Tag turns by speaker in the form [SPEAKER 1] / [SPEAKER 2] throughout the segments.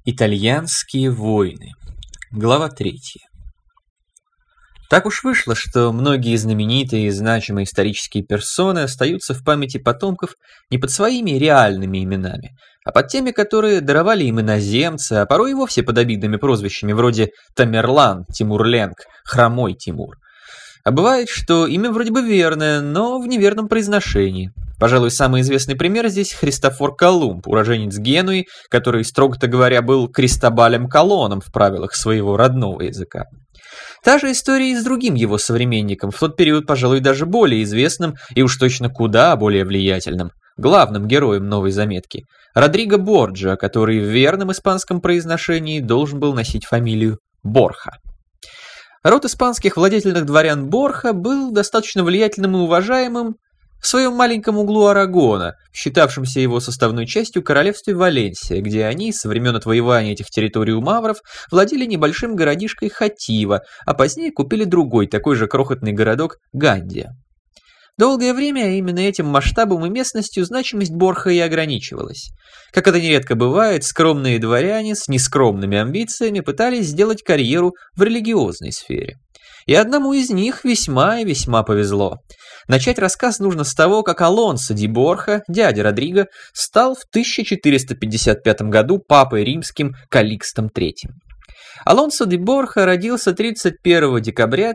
[SPEAKER 1] Итальянские войны. Глава 3. Так уж вышло, что многие знаменитые и значимые исторические персоны остаются в памяти потомков не под своими реальными именами, а под теми, которые даровали им иноземцы, а порой и вовсе под обидными прозвищами вроде Тамерлан, Тимур-Ленг, Хромой Тимур. А бывает, что имя вроде бы верное, но в неверном произношении. Пожалуй, самый известный пример здесь Христофор Колумб, уроженец Генуи, который, строго-то говоря, был Кристобалем Колоном в правилах своего родного языка. Та же история и с другим его современником, в тот период, пожалуй, даже более известным и уж точно куда более влиятельным, главным героем новой заметки, Родриго Борджиа, который в верном испанском произношении должен был носить фамилию Борха. Род испанских владетельных дворян Борха был достаточно влиятельным и уважаемым в своем маленьком углу Арагона, считавшемся его составной частью королевства Валенсия, где они со времен отвоевания этих территорий у мавров владели небольшим городишкой Хатива, а позднее купили другой, такой же крохотный городок Гандия. Долгое время именно этим масштабом и местностью значимость Борха и ограничивалась. Как это нередко бывает, скромные дворяне с нескромными амбициями пытались сделать карьеру в религиозной сфере. И одному из них весьма и весьма повезло. Начать рассказ нужно с того, как Алонсо ди Борха, дядя Родриго, стал в 1455 году папой римским Каликстом III. Алонсо ди Борха родился 31 декабря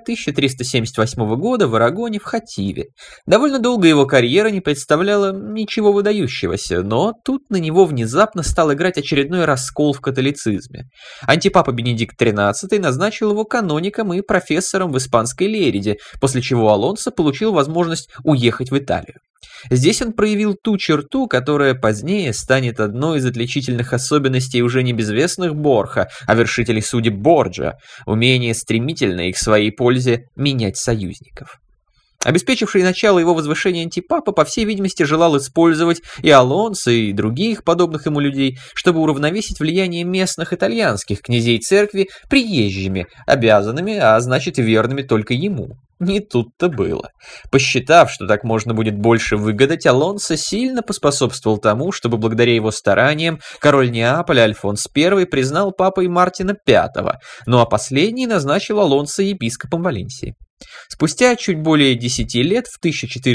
[SPEAKER 1] 1378 года в Арагоне в Хативе. Довольно долго его карьера не представляла ничего выдающегося, но тут на него внезапно стал играть очередной раскол в католицизме. Антипапа Бенедикт XIII назначил его каноником и профессором в испанской Лериде, после чего Алонсо получил возможность уехать в Италию. Здесь он проявил ту черту, которая позднее станет одной из отличительных особенностей уже не безвестных Борха, а вершителей судеб Борджиа – умение стремительно и к своей пользе менять союзников. Обеспечивший начало его возвышения антипапа, по всей видимости, желал использовать и Алонсо, и других подобных ему людей, чтобы уравновесить влияние местных итальянских князей церкви приезжими, обязанными, а значит и верными только ему. Не тут-то было. Посчитав, что так можно будет больше выгадать, Алонсо сильно поспособствовал тому, чтобы благодаря его стараниям король Неаполя Альфонс I признал папой Мартина V, ну а последний назначил Алонсо епископом Валенсии. Спустя чуть более 10 лет, в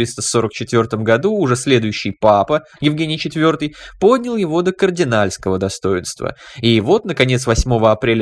[SPEAKER 1] 1444 году, уже следующий папа, Евгений IV, поднял его до кардинальского достоинства. И вот, наконец, 8 апреля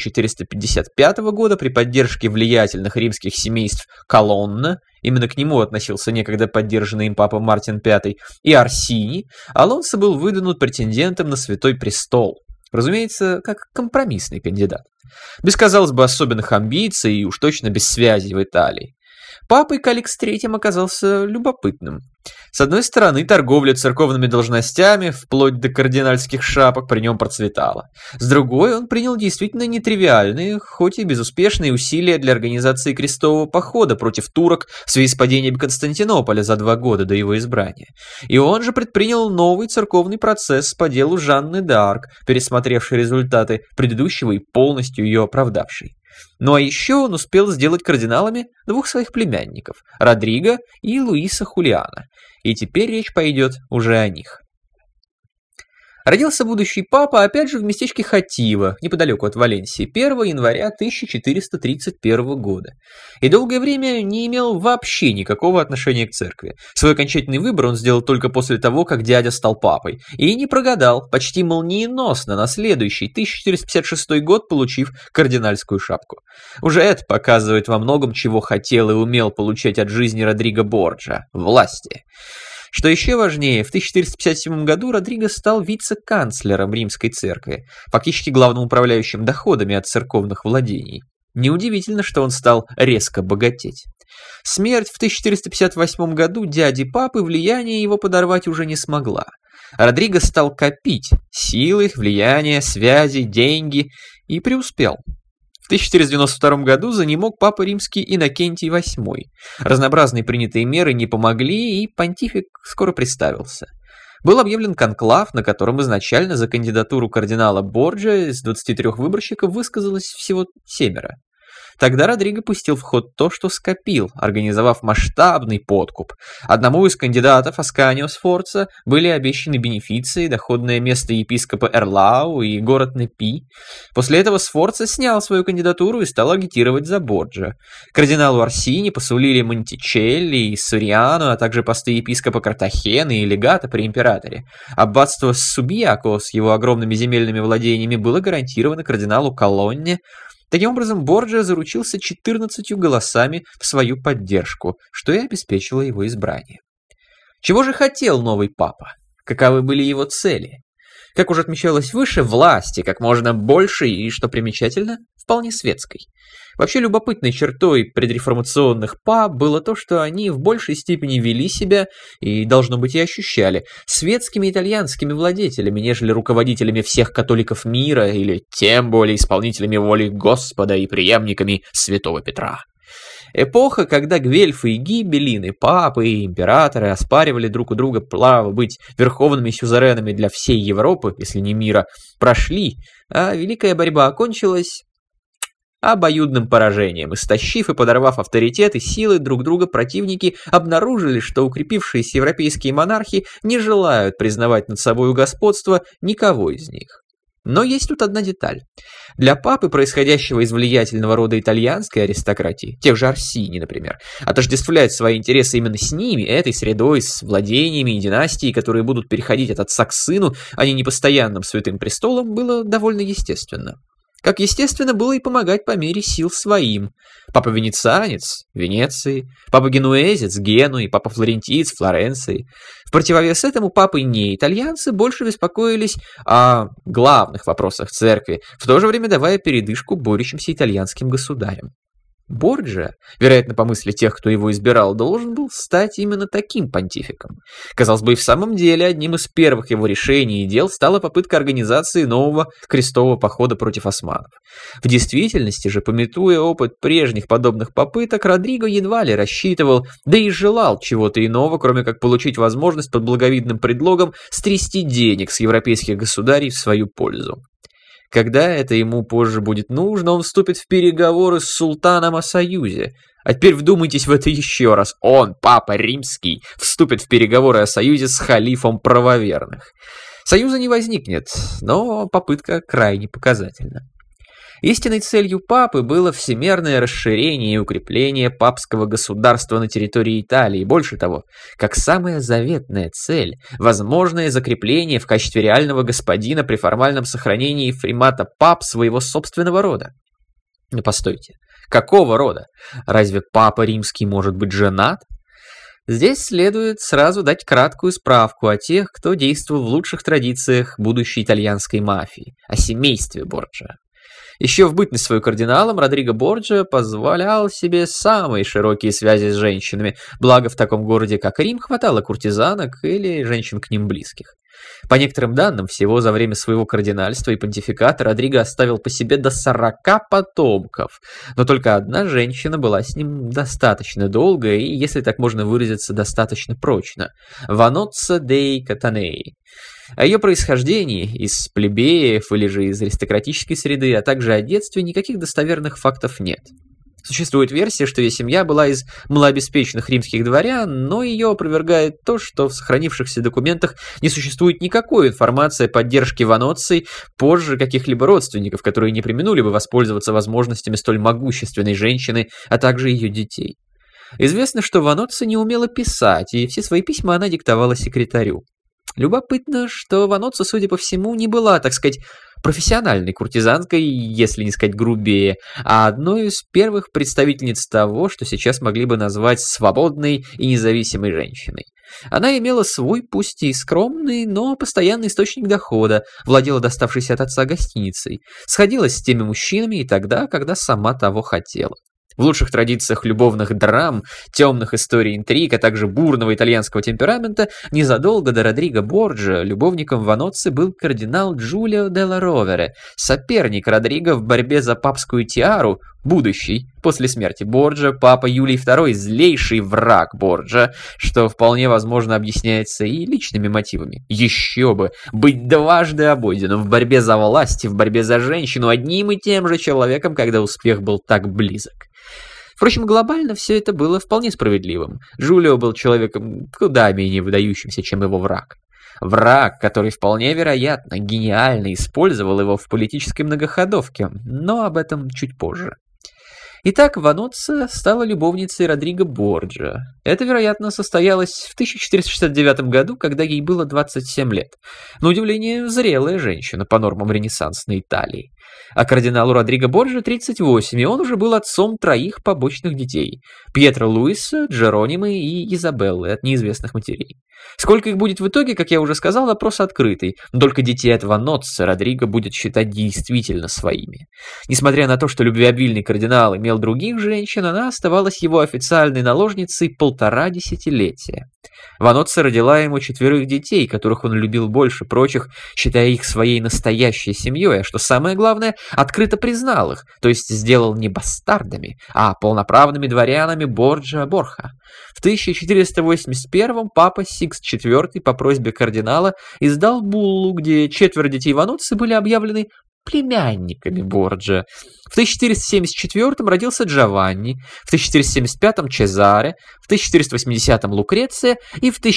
[SPEAKER 1] 1455 года при поддержке влиятельных римских семейств Колонна, именно к нему относился некогда поддержанный им папа Мартин V, и Орсини, Алонсо был выдвинут претендентом на Святой Престол. Разумеется, как компромиссный кандидат. Без, казалось бы, особенных амбиций и уж точно без связей в Италии. Папой Каликс III оказался любопытным. С одной стороны, торговля церковными должностями, вплоть до кардинальских шапок, при нем процветала. С другой, он принял действительно нетривиальные, хоть и безуспешные усилия для организации крестового похода против турок в связи с падением Константинополя за 2 года до его избрания. И он же предпринял новый церковный процесс по делу Жанны д'Арк, пересмотревший результаты предыдущего и полностью ее оправдавший. Ну а еще он успел сделать кардиналами 2 своих племянников – Родриго и Луиса Хулиана. И теперь речь пойдет уже о них. Родился будущий папа опять же в местечке Хатива, неподалеку от Валенсии, 1 января 1431 года. И долгое время не имел вообще никакого отношения к церкви. Свой окончательный выбор он сделал только после того, как дядя стал папой. И не прогадал, почти молниеносно на следующий, 1456 год, получив кардинальскую шапку. Уже это показывает во многом, чего хотел и умел получать от жизни Родриго Борджиа – власти. Что еще важнее, в 1457 году Родриго стал вице-канцлером Римской церкви, фактически главным управляющим доходами от церковных владений. Неудивительно, что он стал резко богатеть. Смерть в 1458 году дяди папы влияние его подорвать уже не смогла. Родриго стал копить силы, влияние, связи, деньги и преуспел. В 1492 году занемог папа римский Иннокентий VIII. Разнообразные принятые меры не помогли, и понтифик скоро представился. Был объявлен конклав, на котором изначально за кандидатуру кардинала Борджиа из 23 выборщиков высказалось всего 7. Тогда Родриго пустил в ход то, что скопил, организовав масштабный подкуп. Одному из кандидатов, Асканио Сфорца, были обещаны бенефиции, доходное место епископа Эрлау и город Непи. После этого Сфорца снял свою кандидатуру и стал агитировать за Борджиа. Кардиналу Орсини посулили Монтичелли и Сориану, а также посты епископа Картахены и легата при императоре. Аббатство Субьяко с его огромными земельными владениями было гарантировано кардиналу Колонне. Таким образом, Борджиа заручился 14 голосами в свою поддержку, что и обеспечило его избрание. Чего же хотел новый папа? Каковы были его цели? Как уже отмечалось выше, власти как можно больше и, что примечательно, вполне светской. Вообще любопытной чертой предреформационных пап было то, что они в большей степени вели себя, и, должно быть, и ощущали, светскими итальянскими владетелями, нежели руководителями всех католиков мира или тем более исполнителями воли Господа и преемниками святого Петра. Эпоха, когда гвельфы и гибеллины, папы и императоры оспаривали друг у друга право быть верховными сюзеренами для всей Европы, если не мира, прошли, а великая борьба окончилась обоюдным поражением. Истощив и подорвав авторитет и силы друг друга, противники обнаружили, что укрепившиеся европейские монархи не желают признавать над собой господство никого из них. Но есть тут одна деталь. Для папы, происходящего из влиятельного рода итальянской аристократии, тех же Орсини, например, отождествлять свои интересы именно с ними, этой средой, с владениями и династией, которые будут переходить от отца к сыну, а не непостоянным святым престолом, было довольно естественно. Как естественно было и помогать по мере сил своим. Папа-венецианец – Венеции, папа-генуэзец – Генуи, папа-флорентиец – Флоренции. В противовес этому папы не итальянцы больше беспокоились о главных вопросах церкви, в то же время давая передышку борющимся итальянским государям. Борджиа, вероятно, по мысли тех, кто его избирал, должен был стать именно таким понтификом. Казалось бы, и в самом деле одним из первых его решений и дел стала попытка организации нового крестового похода против османов. В действительности же, памятуя опыт прежних подобных попыток, Родриго едва ли рассчитывал, да и желал чего-то иного, кроме как получить возможность под благовидным предлогом стрясти денег с европейских государей в свою пользу. Когда это ему позже будет нужно, он вступит в переговоры с султаном о союзе. А теперь вдумайтесь в это еще раз. Он, папа римский, вступит в переговоры о союзе с халифом правоверных. Союза не возникнет, но попытка крайне показательна. Истинной целью папы было всемирное расширение и укрепление папского государства на территории Италии. Больше того, как самая заветная цель, возможное закрепление в качестве реального господина при формальном сохранении примата пап своего собственного рода. Но постойте, какого рода? Разве папа римский может быть женат? Здесь следует сразу дать краткую справку о тех, кто действовал в лучших традициях будущей итальянской мафии, о семействе Борджиа. Еще в бытность свою кардиналом Родриго Борджиа позволял себе самые широкие связи с женщинами, благо в таком городе, как Рим, хватало куртизанок или женщин к ним близких. По некоторым данным, всего за время своего кардинальства и понтификата Родриго оставил по себе до 40 потомков, но только одна женщина была с ним достаточно долго и, если так можно выразиться, достаточно прочно – Ваноццо дей Катанеи. О ее происхождении из плебеев или же из аристократической среды, а также о детстве никаких достоверных фактов нет. Существует версия, что ее семья была из малообеспеченных римских дворян, но ее опровергает то, что в сохранившихся документах не существует никакой информации о поддержке Ваноцци позже каких-либо родственников, которые не преминули бы воспользоваться возможностями столь могущественной женщины, а также ее детей. Известно, что Ваноцци не умела писать, и все свои письма она диктовала секретарю. Любопытно, что Ваноццо, судя по всему, не была, так сказать, профессиональной куртизанкой, если не сказать грубее, а одной из первых представительниц того, что сейчас могли бы назвать свободной и независимой женщиной. Она имела свой, пусть и скромный, но постоянный источник дохода, владела доставшейся от отца гостиницей, сходилась с теми мужчинами и тогда, когда сама того хотела. В лучших традициях любовных драм, темных историй интриг, а также бурного итальянского темперамента, незадолго до Родриго Борджиа любовником Ваноцци был кардинал Джулио делла Ровере, соперник Родриго в борьбе за папскую тиару, будущий, после смерти Борджиа, папа Юлий II, злейший враг Борджиа, что вполне возможно объясняется и личными мотивами. Еще бы, быть дважды обойденным в борьбе за власть и в борьбе за женщину одним и тем же человеком, когда успех был так близок. Впрочем, глобально все это было вполне справедливым. Джулио был человеком куда менее выдающимся, чем его враг. Враг, который вполне вероятно гениально использовал его в политической многоходовке, но об этом чуть позже. Итак, Ваноцци стала любовницей Родриго Борджиа. Это, вероятно, состоялось в 1469 году, когда ей было 27 лет. На удивление, зрелая женщина по нормам ренессансной Италии. А кардиналу Родриго Борджиа 38, и он уже был отцом 3 побочных детей – Пьетро Луиса, Джеронимы и Изабеллы от неизвестных матерей. Сколько их будет в итоге, как я уже сказал, вопрос открытый, но только детей от Ваноцци Родриго будет считать действительно своими. Несмотря на то, что любвеобильный кардинал имел других женщин, она оставалась его официальной наложницей 1,5 десятилетия. Ваноцци родила ему 4 детей, которых он любил больше прочих, считая их своей настоящей семьей, а что самое главное, открыто признал их, то есть сделал не бастардами, а полноправными дворянами Борджиа Борха. В 1481 папа Сикст IV по просьбе кардинала издал буллу, где 4 детей Ваноцци были объявлены племянниками Борджиа. В 1474 родился Джованни, в 1475 Чезаре, в 1480 Лукреция и в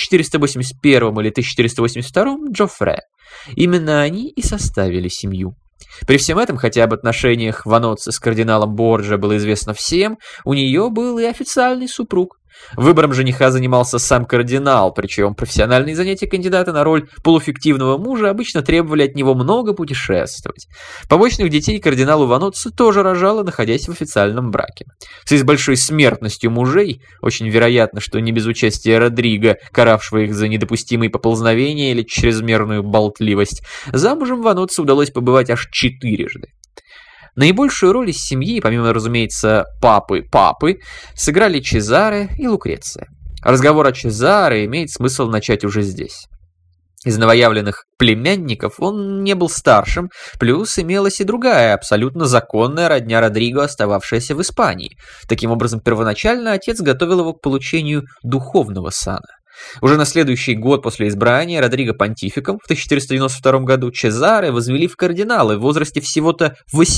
[SPEAKER 1] 1481 или 1482 Джоффре. Именно они и составили семью. При всем этом, хотя об отношениях Ваноцци с кардиналом Борджиа было известно всем, у нее был и официальный супруг. Выбором жениха занимался сам кардинал, причем профессиональные занятия кандидата на роль полуфиктивного мужа обычно требовали от него много путешествовать. Побочных детей кардиналу Ваноцци тоже рожала, находясь в официальном браке. В связи с большой смертностью мужей, очень вероятно, что не без участия Родриго, каравшего их за недопустимые поползновения или чрезмерную болтливость, замужем Ваноцци удалось побывать аж 4. Наибольшую роль из семьи, помимо, разумеется, папы, сыграли Чезаре и Лукреция. Разговор о Чезаре имеет смысл начать уже здесь. Из новоявленных племянников он не был старшим, плюс имелась и другая, абсолютно законная родня Родриго, остававшаяся в Испании. Таким образом, первоначально отец готовил его к получению духовного сана. Уже на следующий год после избрания Родриго понтификом в 1492 году Чезаре возвели в кардиналы в возрасте всего-то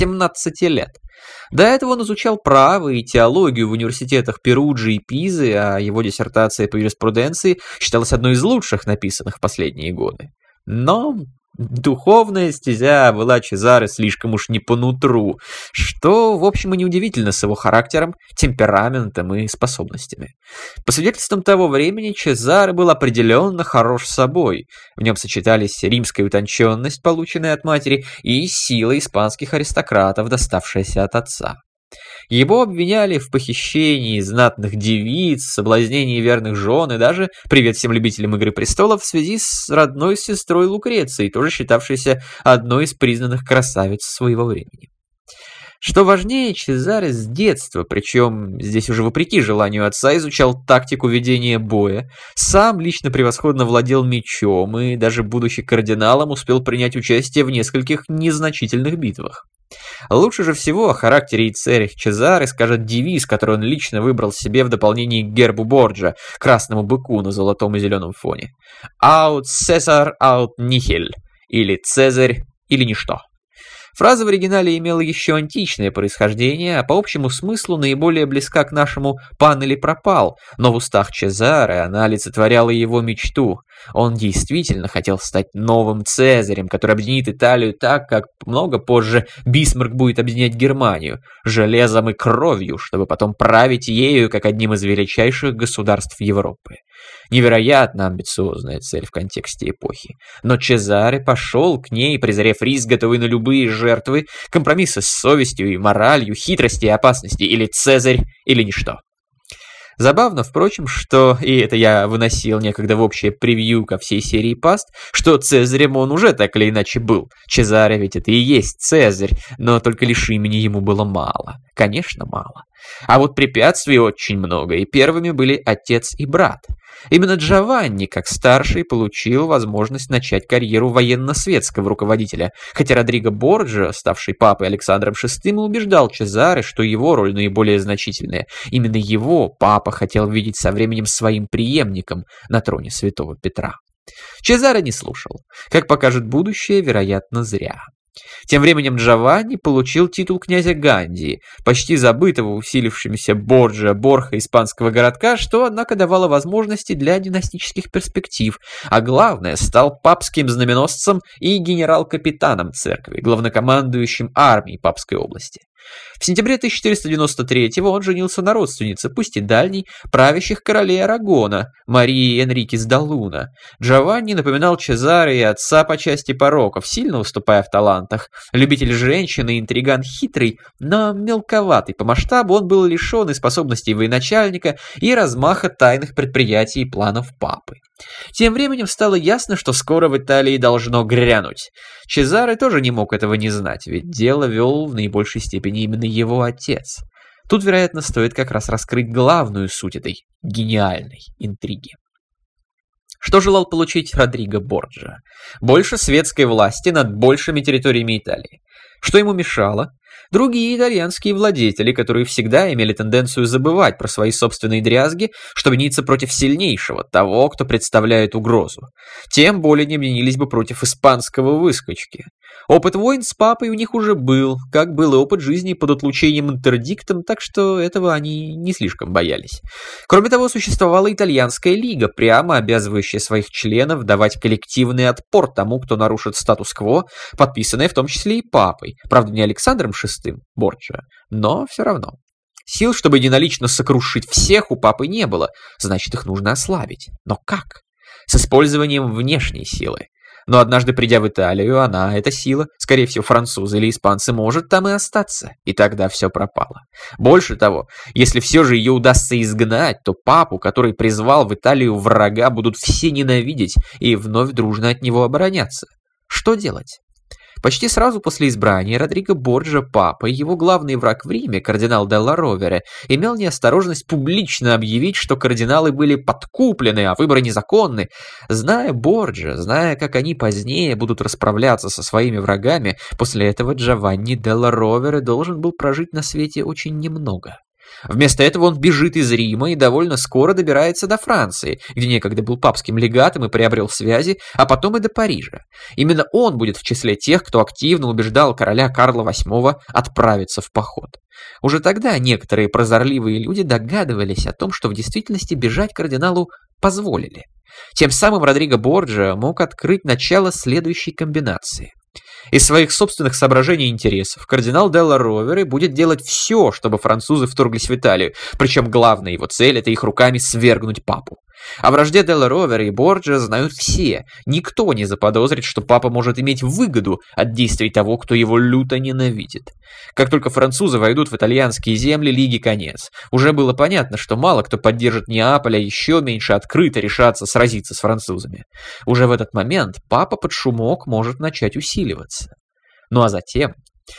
[SPEAKER 1] 18 лет. До этого он изучал право и теологию в университетах Перуджи и Пизы, а его диссертация по юриспруденции считалась одной из лучших, написанных в последние годы. Но духовная стезя была Чезаре слишком уж не по нутру, что, в общем, и неудивительно с его характером, темпераментом и способностями. По свидетельствам того времени, Чезаре был определенно хорош собой. В нем сочетались римская утонченность, полученная от матери, и сила испанских аристократов, доставшаяся от отца. Его обвиняли в похищении знатных девиц, соблазнении верных жен и даже, привет всем любителям «Игры престолов», в связи с родной сестрой Лукрецией, тоже считавшейся одной из признанных красавиц своего времени. Что важнее, Чезаре с детства, причем здесь уже вопреки желанию отца, изучал тактику ведения боя, сам лично превосходно владел мечом и, даже будучи кардиналом, успел принять участие в нескольких незначительных битвах. Лучше же всего о характере и целях Чезаре скажет девиз, который он лично выбрал себе в дополнение к гербу Борджиа, красному быку на золотом и зеленом фоне. «Aut Caesar aut nihil», или «Цезарь» или «Ничто». Фраза в оригинале имела еще античное происхождение, а по общему смыслу наиболее близка к нашему «пан или пропал», но в устах Чезаре она олицетворяла его мечту. Он действительно хотел стать новым Цезарем, который объединит Италию так, как много позже Бисмарк будет объединять Германию, железом и кровью, чтобы потом править ею как одним из величайших государств Европы. Невероятно амбициозная цель в контексте эпохи. Но Чезаре пошел к ней, презрев риск, готовый на любые жертвы, компромиссы с совестью и моралью, хитрости и опасности, или Цезарь, или ничто. Забавно, впрочем, что, и это я выносил некогда в общее превью ко всей серии паст, что Цезарем он уже так или иначе был. Чезаре ведь это и есть Цезарь, но только лишь имени ему было мало. Конечно, мало. А вот препятствий очень много, и первыми были отец и брат. Именно Джованни, как старший, получил возможность начать карьеру военно-светского руководителя, хотя Родриго Борджиа, ставший папой Александром VI, убеждал Чезаре, что его роль наиболее значительная. Именно его папа хотел видеть со временем своим преемником на троне святого Петра. Чезаре не слушал. Как покажет будущее, вероятно, зря. Тем временем Джованни получил титул князя Гандии, почти забытого усилившимся Борджиа Борха испанского городка, что, однако, давало возможности для династических перспектив, а главное, стал папским знаменосцем и генерал-капитаном церкви, главнокомандующим армией Папской области. В сентябре 1493-го он женился на родственнице, пусть и дальней, правящих королей Арагона, Марии Энрикес да Луна. Джованни напоминал Чезаре и отца по части пороков, сильно уступая в талантах. Любитель женщин и интриган хитрый, но мелковатый по масштабу, он был лишен и способностей военачальника, и размаха тайных предприятий и планов папы. Тем временем стало ясно, что скоро в Италии должно грянуть. Чезаре тоже не мог этого не знать, ведь дело вел в наибольшей степени именно его отец. Тут, вероятно, стоит как раз раскрыть главную суть этой гениальной интриги. Что желал получить Родриго Борджиа? Больше светской власти над большими территориями Италии. Что ему мешало? Другие итальянские владетели, которые всегда имели тенденцию забывать про свои собственные дрязги, чтобы биться против сильнейшего, того, кто представляет угрозу. Тем более не объединились бы против испанского выскочки. Опыт войн с папой у них уже был, как был и опыт жизни под отлучением интердиктом, так что этого они не слишком боялись. Кроме того, существовала итальянская лига, прямо обязывающая своих членов давать коллективный отпор тому, кто нарушит статус-кво, подписанное в том числе и папой, правда не Александром VI Борджиа, но все равно. Сил, чтобы единолично сокрушить всех, у папы не было, значит, их нужно ослабить. Но как? С использованием внешней силы. Но однажды придя в Италию, она, эта сила, скорее всего французы или испанцы, может там и остаться. И тогда все пропало. Больше того, если все же ее удастся изгнать, то папу, который призвал в Италию врага, будут все ненавидеть и вновь дружно от него обороняться. Что делать? Почти сразу после избрания Родриго Борджиа папой, его главный враг в Риме, кардинал Делла Ровере, имел неосторожность публично объявить, что кардиналы были подкуплены, а выборы незаконны. Зная Борджиа, зная, как они позднее будут расправляться со своими врагами, после этого Джованни Делла Ровере должен был прожить на свете очень немного. Вместо этого он бежит из Рима и довольно скоро добирается до Франции, где некогда был папским легатом и приобрел связи, а потом и до Парижа. Именно он будет в числе тех, кто активно убеждал короля Карла VIII отправиться в поход. Уже тогда некоторые прозорливые люди догадывались о том, что в действительности бежать кардиналу позволили. Тем самым Родриго Борджиа мог открыть начало следующей комбинации. Из своих собственных соображений и интересов кардинал Делла Ровере будет делать все, чтобы французы вторглись в Италию, причем главная его цель – это их руками свергнуть папу. О вражде Делла Ровере и Борджиа знают все. Никто не заподозрит, что папа может иметь выгоду от действий того, кто его люто ненавидит. Как только французы войдут в итальянские земли, Лиги конец. Уже было понятно, что мало кто поддержит Неаполь, а еще меньше открыто решаться сразиться с французами. Уже в этот момент папа под шумок может начать усиливаться. Ну а затем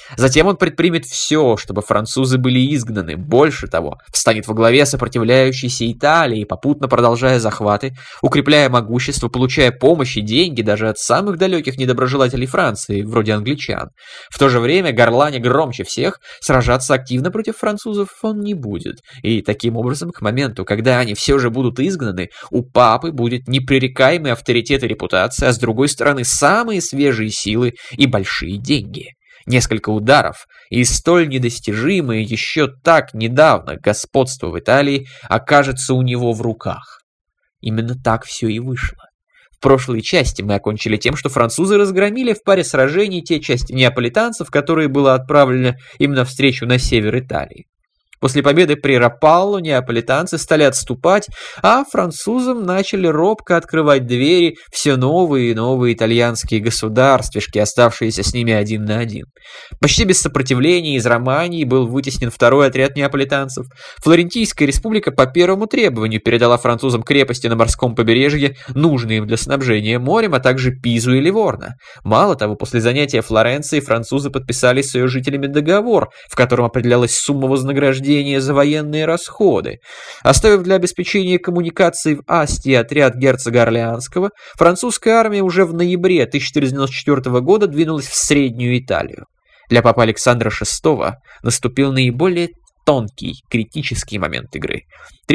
[SPEAKER 1] он предпримет все, чтобы французы были изгнаны. Больше того, встанет во главе сопротивляющейся Италии, попутно продолжая захваты, укрепляя могущество, получая помощь и деньги даже от самых далеких недоброжелателей Франции, вроде англичан. В то же время, горланя громче всех, сражаться активно против французов он не будет. И таким образом, к моменту, когда они все же будут изгнаны, у папы будет непререкаемый авторитет и репутация, а с другой стороны самые свежие силы и большие деньги. Несколько ударов, и столь недостижимое еще так недавно господство в Италии окажется у него в руках. Именно так все и вышло. В прошлой части мы окончили тем, что французы разгромили в паре сражений те части неаполитанцев, которые было отправлено им навстречу на север Италии. После победы при Рапалло неаполитанцы стали отступать, а французам начали робко открывать двери все новые и новые итальянские государствишки, оставшиеся с ними один на один. Почти без сопротивления из Романии был вытеснен второй отряд неаполитанцев. Флорентийская республика по первому требованию передала французам крепости на морском побережье, нужные им для снабжения морем, а также Пизу и Ливорно. Мало того, после занятия Флоренции французы подписали с ее жителями договор, в котором определялась сумма вознаграждения за военные расходы. Оставив для обеспечения коммуникаций в Астии отряд герцога Орлеанского, французская армия уже в ноябре 1494 года двинулась в Среднюю Италию. Для папы Александра VI наступил наиболее тонкий, критический момент игры.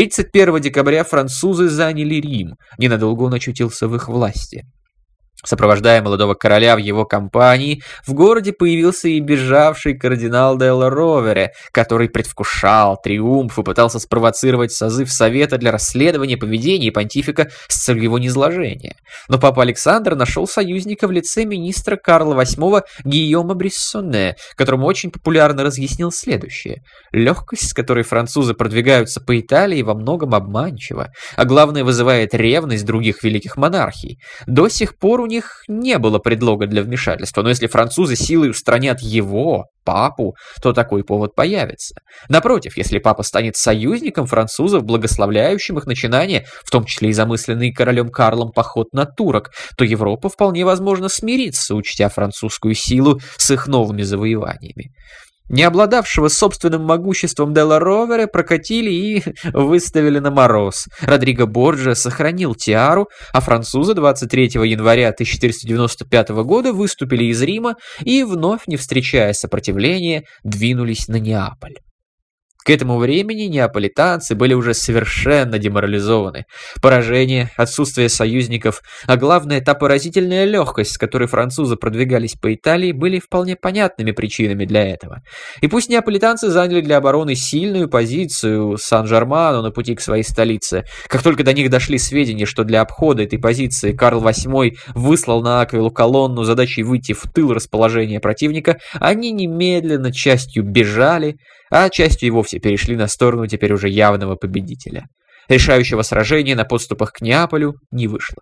[SPEAKER 1] 31 декабря французы заняли Рим, ненадолго он очутился в их власти. Сопровождая молодого короля в его кампании, в городе появился и бежавший кардинал Делла Ровере, который предвкушал триумф и пытался спровоцировать созыв Совета для расследования поведения понтифика с целью его низложения. Но папа Александр нашел союзника в лице министра Карла VIII Гийома Бриссоне, которому очень популярно разъяснил следующее. Легкость, с которой французы продвигаются по Италии, во многом обманчива, а главное вызывает ревность других великих монархий. До сих пор у них не было предлога для вмешательства, но если французы силой устранят его, папу, то такой повод появится. Напротив, если папа станет союзником французов, благословляющим их начинания, в том числе и замысленный королем Карлом поход на турок, то Европа вполне возможно смирится, учтя французскую силу с их новыми завоеваниями. Не обладавшего собственным могуществом Делла Ровере прокатили и выставили на мороз. Родриго Борджиа сохранил тиару, а французы 23 января 1495 года выступили из Рима и, вновь не встречая сопротивления, двинулись на Неаполь. К этому времени неаполитанцы были уже совершенно деморализованы. Поражение, отсутствие союзников, а главное, та поразительная легкость, с которой французы продвигались по Италии, были вполне понятными причинами для этого. И пусть неаполитанцы заняли для обороны сильную позицию Сан-Жермано на пути к своей столице, как только до них дошли сведения, что для обхода этой позиции Карл VIII выслал на Аквилу колонну с задачей выйти в тыл расположения противника, они немедленно частью бежали, а частью и вовсе перешли на сторону теперь уже явного победителя. Решающего сражения на подступах к Неаполю не вышло.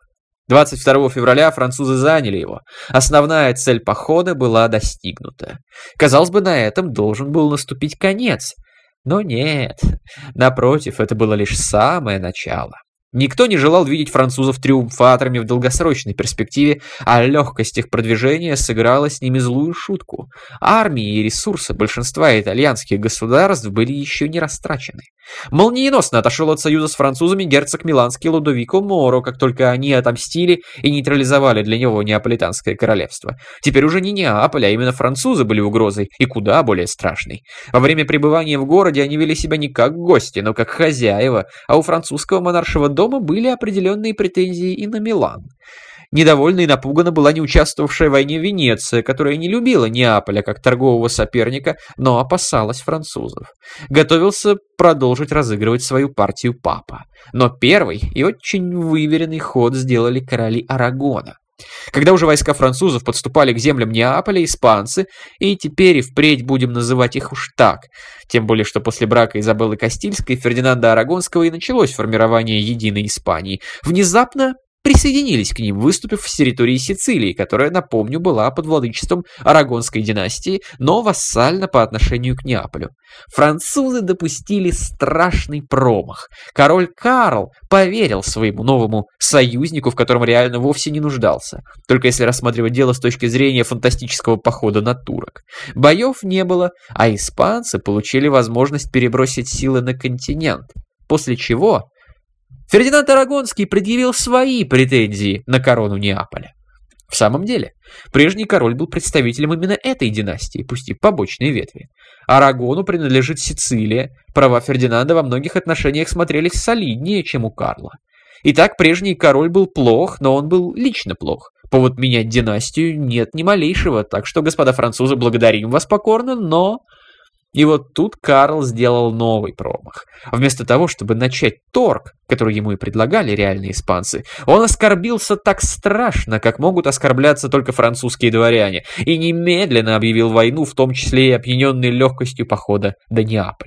[SPEAKER 1] 22 февраля французы заняли его. Основная цель похода была достигнута. Казалось бы, на этом должен был наступить конец. Но нет. Напротив, это было лишь самое начало. Никто не желал видеть французов триумфаторами в долгосрочной перспективе, а легкость их продвижения сыграла с ними злую шутку. Армии и ресурсы большинства итальянских государств были еще не растрачены. Молниеносно отошел от союза с французами герцог Миланский Лудовико Моро, как только они отомстили и нейтрализовали для него Неаполитанское королевство. Теперь уже не Неаполь, а именно французы были угрозой, и куда более страшной. Во время пребывания в городе они вели себя не как гости, но как хозяева, а у французского монаршего дома были определенные претензии и на Милан. Недовольна и напугана была не участвовавшая в войне Венеция, которая не любила Неаполя как торгового соперника, но опасалась французов. Готовился продолжить разыгрывать свою партию папа. Но первый и очень выверенный ход сделали короли Арагона. Когда уже войска французов подступали к землям Неаполя, испанцы, и теперь и впредь будем называть их уж так, тем более что после брака Изабеллы Кастильской и Фердинанда Арагонского и началось формирование единой Испании, внезапно присоединились к ним, выступив с территории Сицилии, которая, напомню, была под владычеством Арагонской династии, но вассальна по отношению к Неаполю. Французы допустили страшный промах. Король Карл поверил своему новому союзнику, в котором реально вовсе не нуждался, только если рассматривать дело с точки зрения фантастического похода на турок. Боев не было, а испанцы получили возможность перебросить силы на континент, после чего Фердинанд Арагонский предъявил свои претензии на корону Неаполя. В самом деле, прежний король был представителем именно этой династии, пусть и побочной ветви. Арагону принадлежит Сицилия, права Фердинанда во многих отношениях смотрелись солиднее, чем у Карла. Итак, прежний король был плох, но он был лично плох. Повод менять династию нет ни малейшего, так что, господа французы, благодарим вас покорно, но... И вот тут Карл сделал новый промах. Вместо того, чтобы начать торг, который ему и предлагали реальные испанцы, он оскорбился так страшно, как могут оскорбляться только французские дворяне, и немедленно объявил войну, в том числе и опьяненной легкостью похода до Неаполя.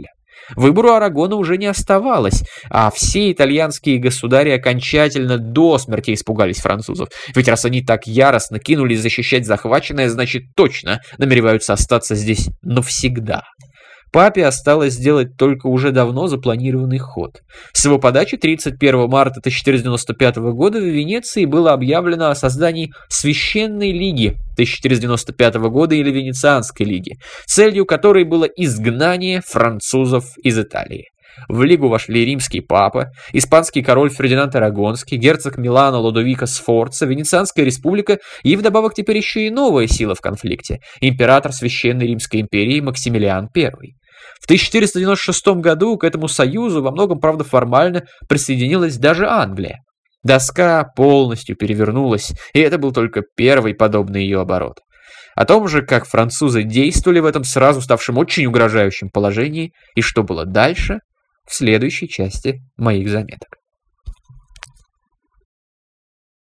[SPEAKER 1] Выбору Арагона уже не оставалось, а все итальянские государи окончательно до смерти испугались французов. Ведь раз они так яростно кинулись защищать захваченное, значит точно намереваются остаться здесь навсегда. Папе осталось сделать только уже давно запланированный ход. С его подачи 31 марта 1495 года в Венеции было объявлено о создании Священной Лиги 1495 года или Венецианской Лиги, целью которой было изгнание французов из Италии. В Лигу вошли римский папа, испанский король Фердинанд Арагонский, герцог Милано Лодовико Сфорца, Венецианская республика и вдобавок теперь еще и новая сила в конфликте – император Священной Римской империи Максимилиан I. В 1496 году к этому союзу, во многом, правда, формально присоединилась даже Англия. Доска полностью перевернулась, и это был только первый подобный ее оборот. О том же, как французы действовали в этом сразу ставшем очень угрожающем положении и что было дальше, в следующей части моих заметок.